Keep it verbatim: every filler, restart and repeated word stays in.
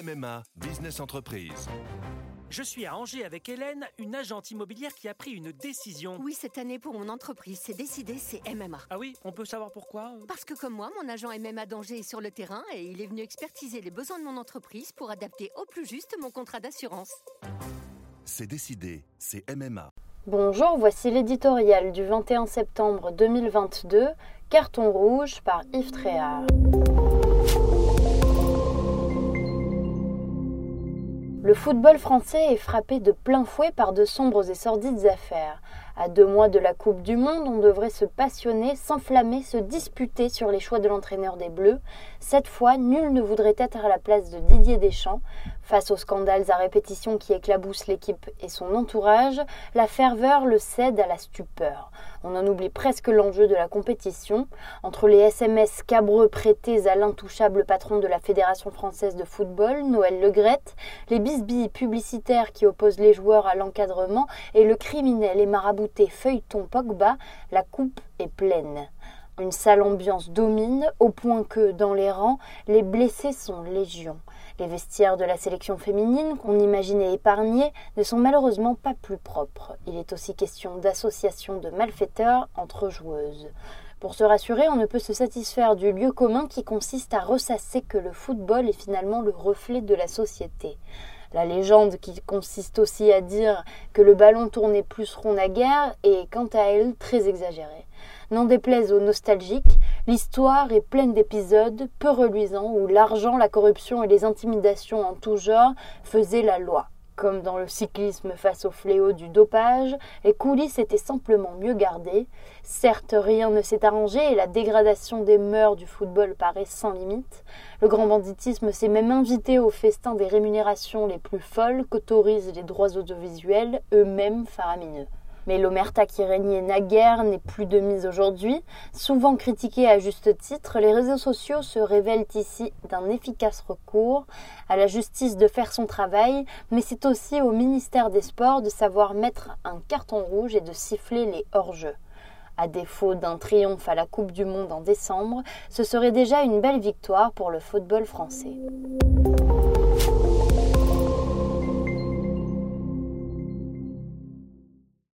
M M A Business Entreprise. Je suis à Angers avec Hélène, une agente immobilière qui a pris une décision. Oui, cette année pour mon entreprise, c'est décidé, c'est M M A. Ah oui, on peut savoir pourquoi? Parce que comme moi, mon agent M M A d'Angers est sur le terrain et il est venu expertiser les besoins de mon entreprise pour adapter au plus juste mon contrat d'assurance. C'est décidé, c'est M M A. Bonjour, voici l'éditorial du vingt et un septembre deux mille vingt-deux, Carton rouge par Yves Tréhard. Le football français est frappé de plein fouet par de sombres et sordides affaires. À deux mois de la Coupe du Monde, on devrait se passionner, s'enflammer, se disputer sur les choix de l'entraîneur des Bleus. Cette fois, nul ne voudrait être à la place de Didier Deschamps. Face aux scandales à répétition qui éclaboussent l'équipe et son entourage, la ferveur le cède à la stupeur. On en oublie presque l'enjeu de la compétition. Entre les S M S cabreux prêtés à l'intouchable patron de la Fédération française de football, Noël Le Graët, les bisbilles publicitaires qui opposent les joueurs à l'encadrement et le criminel et marabouté feuilleton Pogba, la coupe est pleine. Une sale ambiance domine, au point que, dans les rangs, les blessés sont légion. Les vestiaires de la sélection féminine, qu'on imaginait épargnés, ne sont malheureusement pas plus propres. Il est aussi question d'association de malfaiteurs entre joueuses. Pour se rassurer, on ne peut se satisfaire du lieu commun qui consiste à ressasser que le football est finalement le reflet de la société. La légende qui consiste aussi à dire que le ballon tournait plus rond naguère est quant à elle très exagérée. N'en déplaise aux nostalgiques, l'histoire est pleine d'épisodes peu reluisants où l'argent, la corruption et les intimidations en tout genre faisaient la loi. Comme dans le cyclisme face au fléau du dopage, les coulisses étaient simplement mieux gardées. Certes, rien ne s'est arrangé et la dégradation des mœurs du football paraît sans limite. Le grand banditisme s'est même invité au festin des rémunérations les plus folles qu'autorisent les droits audiovisuels, eux-mêmes faramineux. Mais l'omerta qui régnait naguère n'est plus de mise aujourd'hui. Souvent critiqués à juste titre, les réseaux sociaux se révèlent ici d'un efficace recours à la justice de faire son travail, mais c'est aussi au ministère des Sports de savoir mettre un carton rouge et de siffler les hors-jeux. À défaut d'un triomphe à la Coupe du Monde en décembre, ce serait déjà une belle victoire pour le football français.